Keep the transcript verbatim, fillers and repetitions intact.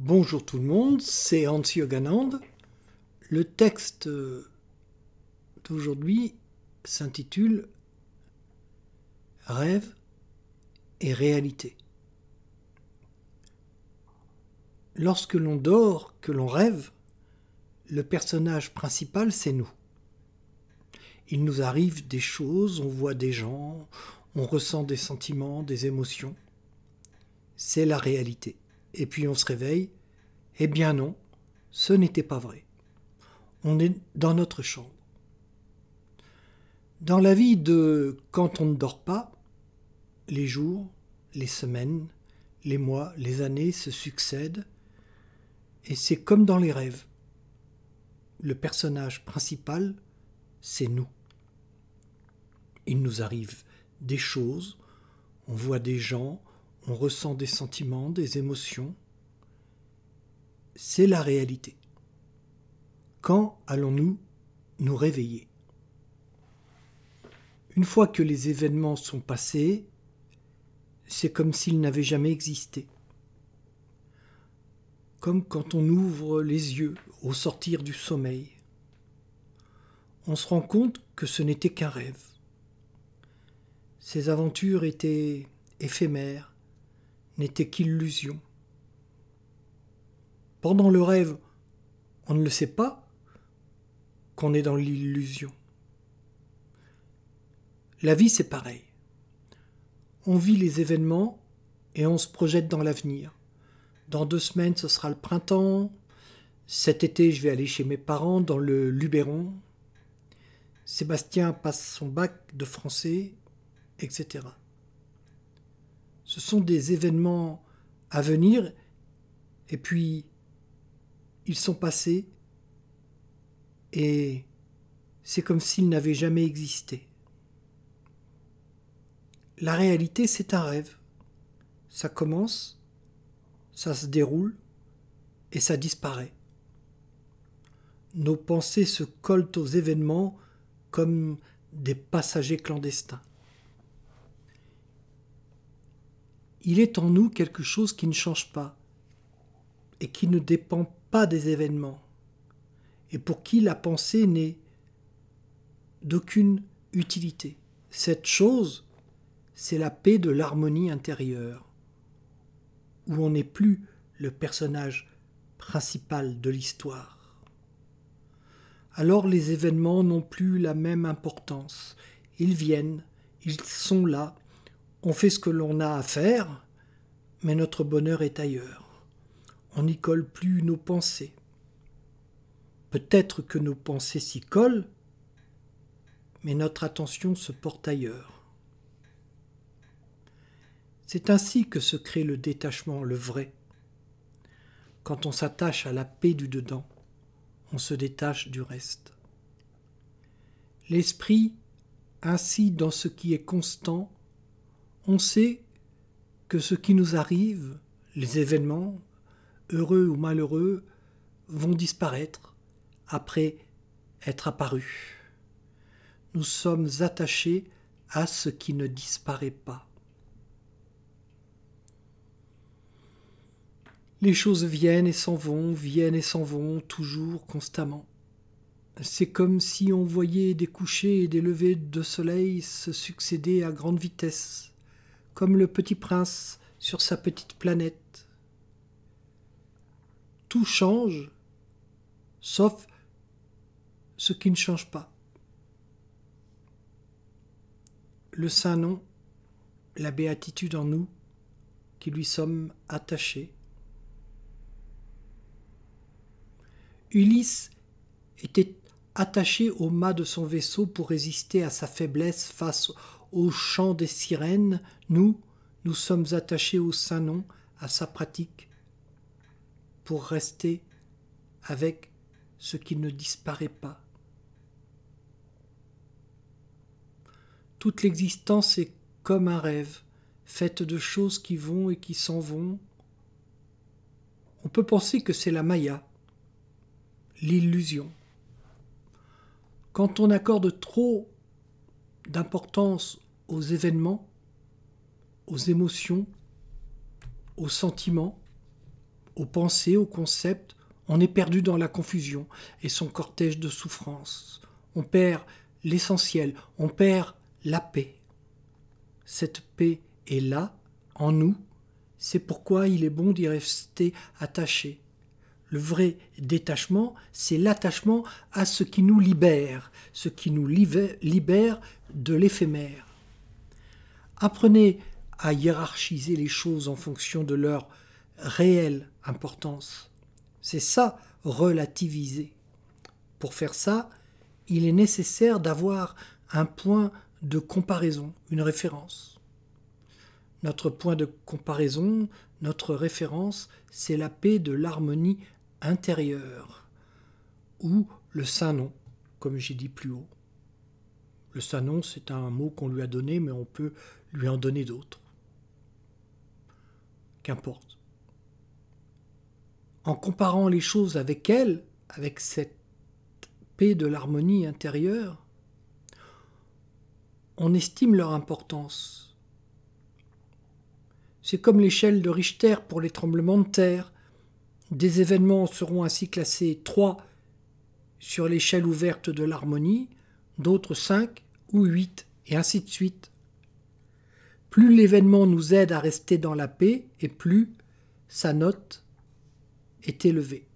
Bonjour tout le monde, c'est Hans Yoganand. Le texte d'aujourd'hui s'intitule Rêve et réalité. Lorsque l'on dort, que l'on rêve, le personnage principal, c'est nous. Il nous arrive des choses, on voit des gens, on ressent des sentiments, des émotions. C'est la réalité. Et puis on se réveille, eh bien non, ce n'était pas vrai. On est dans notre chambre. Dans la vie de quand on ne dort pas, les jours, les semaines, les mois, les années se succèdent, et c'est comme dans les rêves. Le personnage principal, c'est nous. Il nous arrive des choses, on voit des gens, on ressent des sentiments, des émotions. C'est la réalité. Quand allons-nous nous réveiller ? Une fois que les événements sont passés, c'est comme s'ils n'avaient jamais existé. Comme quand on ouvre les yeux au sortir du sommeil. On se rend compte que ce n'était qu'un rêve. Ces aventures étaient éphémères, n'étaient qu'illusions. Pendant le rêve, on ne le sait pas qu'on est dans l'illusion. La vie, c'est pareil. On vit les événements et on se projette dans l'avenir. Dans deux semaines, ce sera le printemps. Cet été, je vais aller chez mes parents dans le Luberon. Sébastien passe son bac de français, et cetera. Ce sont des événements à venir et puis ils sont passés et c'est comme s'ils n'avaient jamais existé. La réalité, c'est un rêve. Ça commence, ça se déroule et ça disparaît. Nos pensées se collent aux événements comme des passagers clandestins. Il est en nous quelque chose qui ne change pas et qui ne dépend pas des événements et pour qui la pensée n'est d'aucune utilité. Cette chose, c'est la paix de l'harmonie intérieure, où on n'est plus le personnage principal de l'histoire. Alors les événements n'ont plus la même importance. Ils viennent, ils sont là, on fait ce que l'on a à faire, mais notre bonheur est ailleurs. On n'y colle plus nos pensées. Peut-être que nos pensées s'y collent, mais notre attention se porte ailleurs. C'est ainsi que se crée le détachement, le vrai. Quand on s'attache à la paix du dedans, on se détache du reste. L'esprit, ainsi dans ce qui est constant, on sait que ce qui nous arrive, les événements, heureux ou malheureux, vont disparaître après être apparus. Nous sommes attachés à ce qui ne disparaît pas. Les choses viennent et s'en vont, viennent et s'en vont, toujours, constamment. C'est comme si on voyait des couchers et des levées de soleil se succéder à grande vitesse, comme le petit prince sur sa petite planète. Tout change, sauf ce qui ne change pas. Le saint nom, la béatitude en nous, qui lui sommes attachés. Ulysse était attaché au mât de son vaisseau pour résister à sa faiblesse face au chant des sirènes. Nous, nous sommes attachés au saint nom, à sa pratique, pour rester avec ce qui ne disparaît pas. Toute l'existence est comme un rêve, faite de choses qui vont et qui s'en vont. On peut penser que c'est la Maya, l'illusion. Quand on accorde trop d'importance aux événements, aux émotions, aux sentiments, aux pensées, aux concepts, on est perdu dans la confusion et son cortège de souffrances. On perd l'essentiel, on perd la paix. Cette paix est là, en nous, c'est pourquoi il est bon d'y rester attaché. Le vrai détachement, c'est l'attachement à ce qui nous libère, ce qui nous libère de l'éphémère. Apprenez à hiérarchiser les choses en fonction de leur réelle importance. C'est ça, relativiser. Pour faire ça, il est nécessaire d'avoir un point de comparaison, une référence. Notre point de comparaison, notre référence, c'est la paix de l'harmonie intérieure, ou le Saint-Nom, comme j'ai dit plus haut. Le Saint-Nom, c'est un mot qu'on lui a donné, mais on peut lui en donner d'autres. Qu'importe. En comparant les choses avec elle, avec cette paix de l'harmonie intérieure, on estime leur importance. C'est comme l'échelle de Richter pour les tremblements de terre. Des événements seront ainsi classés trois sur l'échelle ouverte de l'harmonie, d'autres cinq ou huit, et ainsi de suite. Plus l'événement nous aide à rester dans la paix, et plus sa note est élevée.